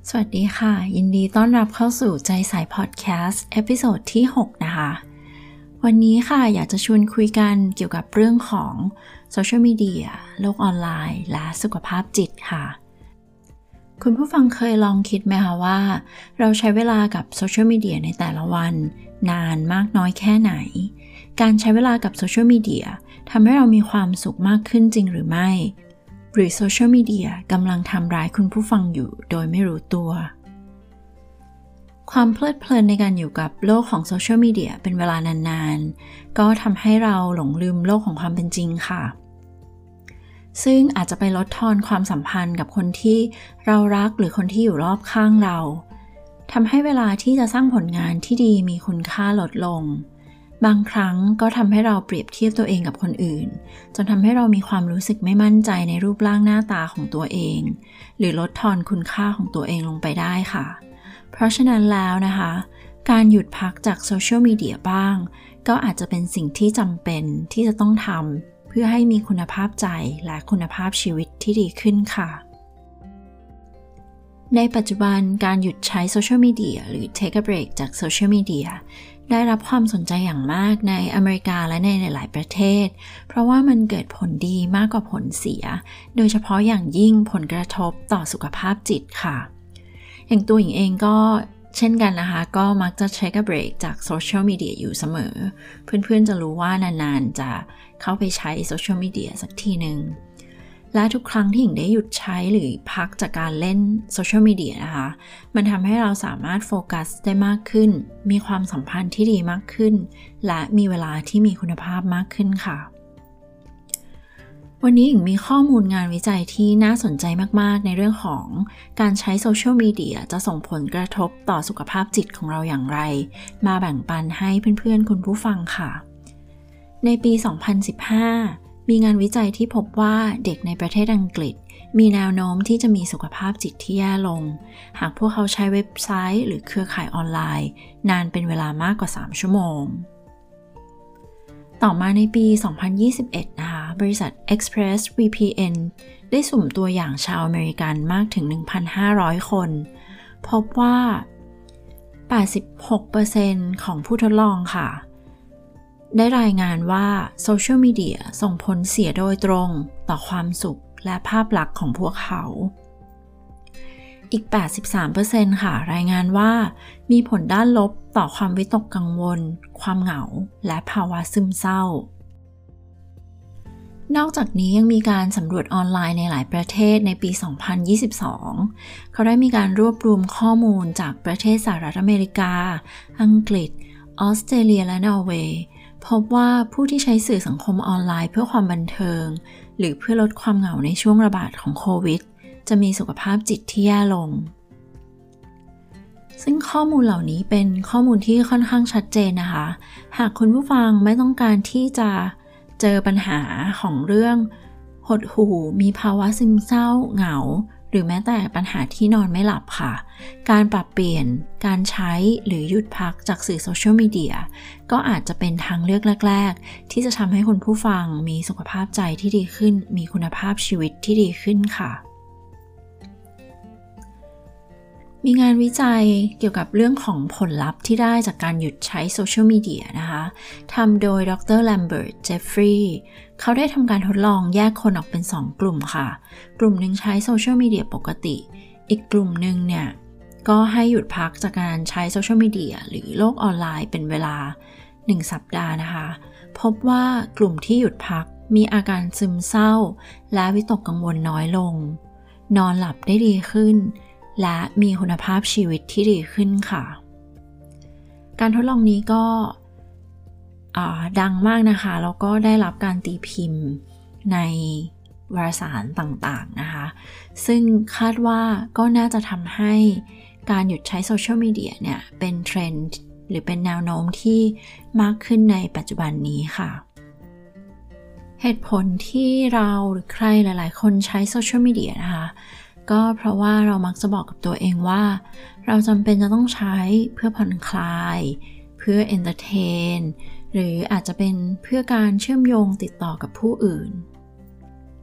สวัสดีค่ะยินดีต้อนรับเข้าสู่ใจสายพอดแคสต์เอพิโซดที่6นะคะวันนี้ค่ะอยากจะชวนคุยกันเกี่ยวกับเรื่องของโซเชียลมีเดียโลกออนไลน์และสุขภาพจิตค่ะคุณผู้ฟังเคยลองคิดไหมคะว่าเราใช้เวลากับโซเชียลมีเดียในแต่ละวันนานมากน้อยแค่ไหนการใช้เวลากับโซเชียลมีเดียทำให้เรามีความสุขมากขึ้นจริงหรือไม่หรือโซเชียลมีเดียกำลังทำร้ายคุณผู้ฟังอยู่โดยไม่รู้ตัวความเพลิดเพลินในการอยู่กับโลกของโซเชียลมีเดียเป็นเวลานานๆก็ทำให้เราหลงลืมโลกของความเป็นจริงค่ะซึ่งอาจจะไปลดทอนความสัมพันธ์กับคนที่เรารักหรือคนที่อยู่รอบข้างเราทำให้เวลาที่จะสร้างผลงานที่ดีมีคุณค่าลดลงบางครั้งก็ทำให้เราเปรียบเทียบตัวเองกับคนอื่นจนทำให้เรามีความรู้สึกไม่มั่นใจในรูปร่างหน้าตาของตัวเองหรือลดทอนคุณค่าของตัวเองลงไปได้ค่ะเพราะฉะนั้นแล้วนะคะการหยุดพักจากโซเชียลมีเดียบ้างก็อาจจะเป็นสิ่งที่จำเป็นที่จะต้องทำเพื่อให้มีคุณภาพใจและคุณภาพชีวิตที่ดีขึ้นค่ะในปัจจุบันการหยุดใช้โซเชียลมีเดียหรือ take a break จากโซเชียลมีเดียได้รับความสนใจอย่างมากในอเมริกาและในหลายๆประเทศเพราะว่ามันเกิดผลดีมากกว่าผลเสียโดยเฉพาะอย่างยิ่งผลกระทบต่อสุขภาพจิตค่ะอย่างตัวหญิงเองก็เช่นกันนะคะก็มักจะ take a break จากโซเชียลมีเดียอยู่เสมอเพื่อนๆจะรู้ว่านานๆจะเข้าไปใช้โซเชียลมีเดียสักทีนึงและทุกครั้งที่หญิงได้หยุดใช้หรือพักจากการเล่นโซเชียลมีเดียนะคะมันทำให้เราสามารถโฟกัสได้มากขึ้นมีความสัมพันธ์ที่ดีมากขึ้นและมีเวลาที่มีคุณภาพมากขึ้นค่ะวันนี้หญิงมีข้อมูลงานวิจัยที่น่าสนใจมากๆในเรื่องของการใช้โซเชียลมีเดียจะส่งผลกระทบต่อสุขภาพจิตของเราอย่างไรมาแบ่งปันให้เพื่อนๆคุณผู้ฟังค่ะในปี 2015มีงานวิจัยที่พบว่าเด็กในประเทศอังกฤษมีแนวโน้มที่จะมีสุขภาพจิตที่แย่ลงหากพวกเขาใช้เว็บไซต์หรือเครือข่ายออนไลน์นานเป็นเวลามากกว่า3 ชั่วโมงต่อมาในปี 2021 นะคะบริษัท ExpressVPN ได้สุ่มตัวอย่างชาวอเมริกันมากถึง 1,500 คนพบว่า 86% ของผู้ทดลองค่ะได้รายงานว่าโซเชียลมีเดียส่งผลเสียโดยตรงต่อความสุขและภาพลักษณ์ของพวกเขาอีก 83% ค่ะรายงานว่ามีผลด้านลบต่อความวิตกกังวลความเหงาและภาวะซึมเศร้านอกจากนี้ยังมีการสำรวจออนไลน์ในหลายประเทศในปี 2022 เขาได้มีการรวบรวมข้อมูลจากประเทศสหรัฐอเมริกาอังกฤษออสเตรเลียและนอร์เวย์พบว่าผู้ที่ใช้สื่อสังคมออนไลน์เพื่อความบันเทิงหรือเพื่อลดความเหงาในช่วงระบาดของโควิดจะมีสุขภาพจิตที่แย่ลงซึ่งข้อมูลเหล่านี้เป็นข้อมูลที่ค่อนข้างชัดเจนนะคะหากคุณผู้ฟังไม่ต้องการที่จะเจอปัญหาของเรื่องหดหู่มีภาวะซึมเศร้าเหงาหรือแม้แต่ปัญหาที่นอนไม่หลับค่ะการปรับเปลี่ยนการใช้หรือหยุดพักจากสื่อโซเชียลมีเดียก็อาจจะเป็นทางเลือกแรกๆที่จะทำให้คุณผู้ฟังมีสุขภาพใจที่ดีขึ้นมีคุณภาพชีวิตที่ดีขึ้นค่ะมีงานวิจัยเกี่ยวกับเรื่องของผลลัพธ์ที่ได้จากการหยุดใช้โซเชียลมีเดียนะคะทำโดยดร. แลมเบิร์ต เจฟฟรีย์เขาได้ทำการทดลองแยกคนออกเป็น2 กลุ่มค่ะกลุ่มหนึ่งใช้โซเชียลมีเดียปกติอีกกลุ่มหนึ่งเนี่ยก็ให้หยุดพักจากการใช้โซเชียลมีเดียหรือโลกออนไลน์เป็นเวลา1 สัปดาห์นะคะพบว่ากลุ่มที่หยุดพักมีอาการซึมเศร้าและวิตกกังวลน้อยลงนอนหลับได้ดีขึ้นและมีคุณภาพชีวิตที่ดีขึ้นค่ะการทดลองนี้ก็ดังมากนะคะแล้วก็ได้รับการตีพิมพ์ในวารสารต่างๆนะคะซึ่งคาดว่าก็น่าจะทำให้การหยุดใช้โซเชียลมีเดียเนี่ยเป็นเทรนด์หรือเป็นแนวโน้มที่มากขึ้นในปัจจุบันนี้ค่ะเหตุผลที่เราหรือใครหลายๆคนใช้โซเชียลมีเดียนะคะก็เพราะว่าเรามักจะบอกกับตัวเองว่าเราจำเป็นจะต้องใช้เพื่อผ่อนคลายเพื่อเอนเตอร์เทนหรืออาจจะเป็นเพื่อการเชื่อมโยงติดต่อกับผู้อื่น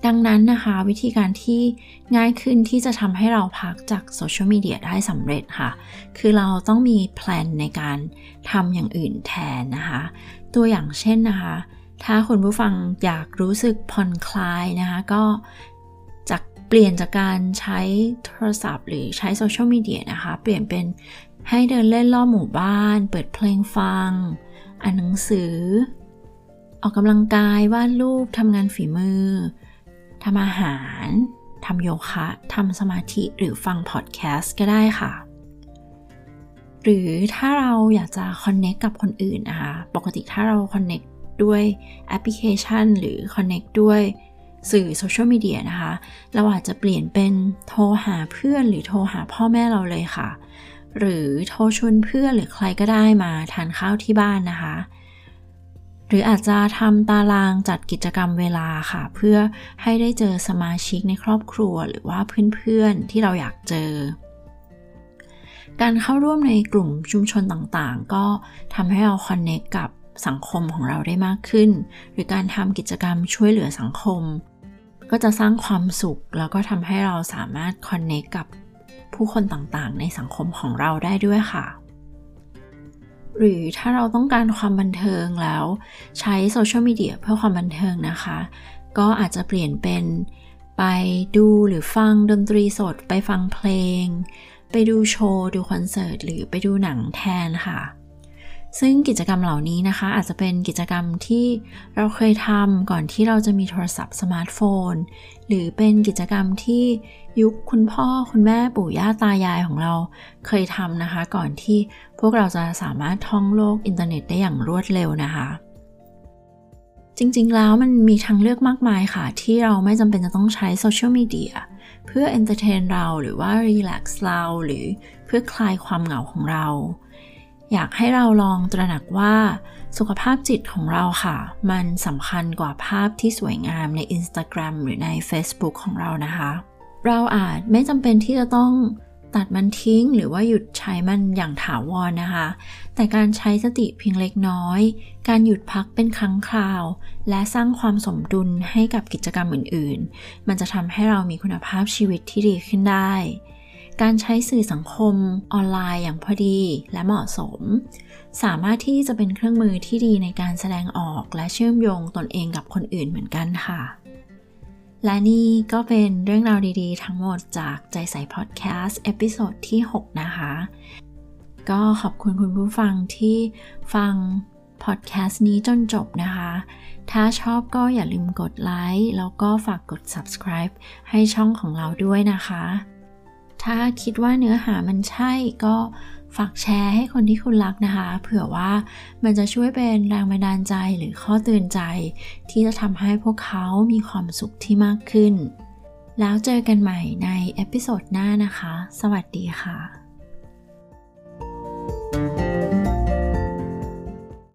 ดังนั้นนะคะวิธีการที่ง่ายขึ้นที่จะทำให้เราพักจากโซเชียลมีเดียได้สำเร็จค่ะคือเราต้องมีแพลนในการทำอย่างอื่นแทนนะคะตัวอย่างเช่นนะคะถ้าคุณผู้ฟังอยากรู้สึกผ่อนคลายนะคะก็เปลี่ยนจากการใช้โทรศัพท์หรือใช้โซเชียลมีเดียนะคะเปลี่ยนเป็นให้เดินเล่นรอบหมู่บ้านเปิดเพลงฟังอ่านหนังสือออกกำลังกายวาดรูปทำงานฝีมือทำอาหารทำโยคะทำสมาธิหรือฟังพอดแคสต์ก็ได้ค่ะหรือถ้าเราอยากจะคอนเนคกับคนอื่นนะคะปกติถ้าเราคอนเนคด้วยแอปพลิเคชันหรือคอนเนคด้วยสื่อโซเชียลมีเดียนะคะเราอาจจะเปลี่ยนเป็นโทรหาเพื่อนหรือโทรหาพ่อแม่เราเลยค่ะหรือโทรชวนเพื่อนหรือใครก็ได้มาทานข้าวที่บ้านนะคะหรืออาจจะทำตารางจัดกิจกรรมเวลาค่ะเพื่อให้ได้เจอสมาชิกในครอบครัวหรือว่าเพื่อนๆที่เราอยากเจอการเข้าร่วมในกลุ่มชุมชนต่างๆก็ทำให้เราคอนเนคกับสังคมของเราได้มากขึ้นหรือการทำกิจกรรมช่วยเหลือสังคมก็จะสร้างความสุขแล้วก็ทำให้เราสามารถคอนเนคกับผู้คนต่างๆในสังคมของเราได้ด้วยค่ะหรือถ้าเราต้องการความบันเทิงแล้วใช้โซเชียลมีเดียเพื่อความบันเทิงนะคะก็อาจจะเปลี่ยนเป็นไปดูหรือฟังดนตรีสดไปฟังเพลงไปดูโชว์ดูคอนเสิร์ตหรือไปดูหนังแทนค่ะซึ่งกิจกรรมเหล่านี้นะคะอาจจะเป็นกิจกรรมที่เราเคยทำก่อนที่เราจะมีโทรศัพท์สมาร์ทโฟนหรือเป็นกิจกรรมที่ยุคคุณพ่อคุณแม่ปู่ย่าตายายของเราเคยทำนะคะก่อนที่พวกเราจะสามารถท่องโลกอินเทอร์เน็ตได้อย่างรวดเร็วนะคะจริงๆแล้วมันมีทางเลือกมากมายค่ะที่เราไม่จำเป็นจะต้องใช้โซเชียลมีเดียเพื่อเอนเตอร์เทนเราหรือว่ารีแลกซ์เราหรือเพื่อคลายความเหงาของเราอยากให้เราลองตระหนักว่าสุขภาพจิตของเราค่ะมันสำคัญกว่าภาพที่สวยงามใน Instagram หรือใน Facebook ของเรานะคะเราอาจไม่จำเป็นที่จะต้องตัดมันทิ้งหรือว่าหยุดใช้มันอย่างถาวรนะคะแต่การใช้สติเพียงเล็กน้อยการหยุดพักเป็นครั้งคราวและสร้างความสมดุลให้กับกิจกรรมอื่นๆมันจะทำให้เรามีคุณภาพชีวิตที่ดีขึ้นได้การใช้สื่อสังคมออนไลน์อย่างพอดีและเหมาะสมสามารถที่จะเป็นเครื่องมือที่ดีในการแสดงออกและเชื่อมโยงตนเองกับคนอื่นเหมือนกันค่ะและนี่ก็เป็นเรื่องราวดีๆทั้งหมดจากใจใส่พอดแคสต์เอพิโซดที่6นะคะก็ขอบคุณคุณผู้ฟังที่ฟังพอดแคสต์นี้จนจบนะคะถ้าชอบก็อย่าลืมกดไลค์แล้วก็ฝากกด subscribe ให้ช่องของเราด้วยนะคะถ้าคิดว่าเนื้อหามันใช่ก็ฝากแชร์ให้คนที่คุณรักนะคะเผื่อว่ามันจะช่วยเป็นแรงบันดาลใจหรือข้อเตือนใจที่จะทำให้พวกเขามีความสุขที่มากขึ้นแล้วเจอกันใหม่ในเอพิโซดหน้านะคะสวัสดีค่ะ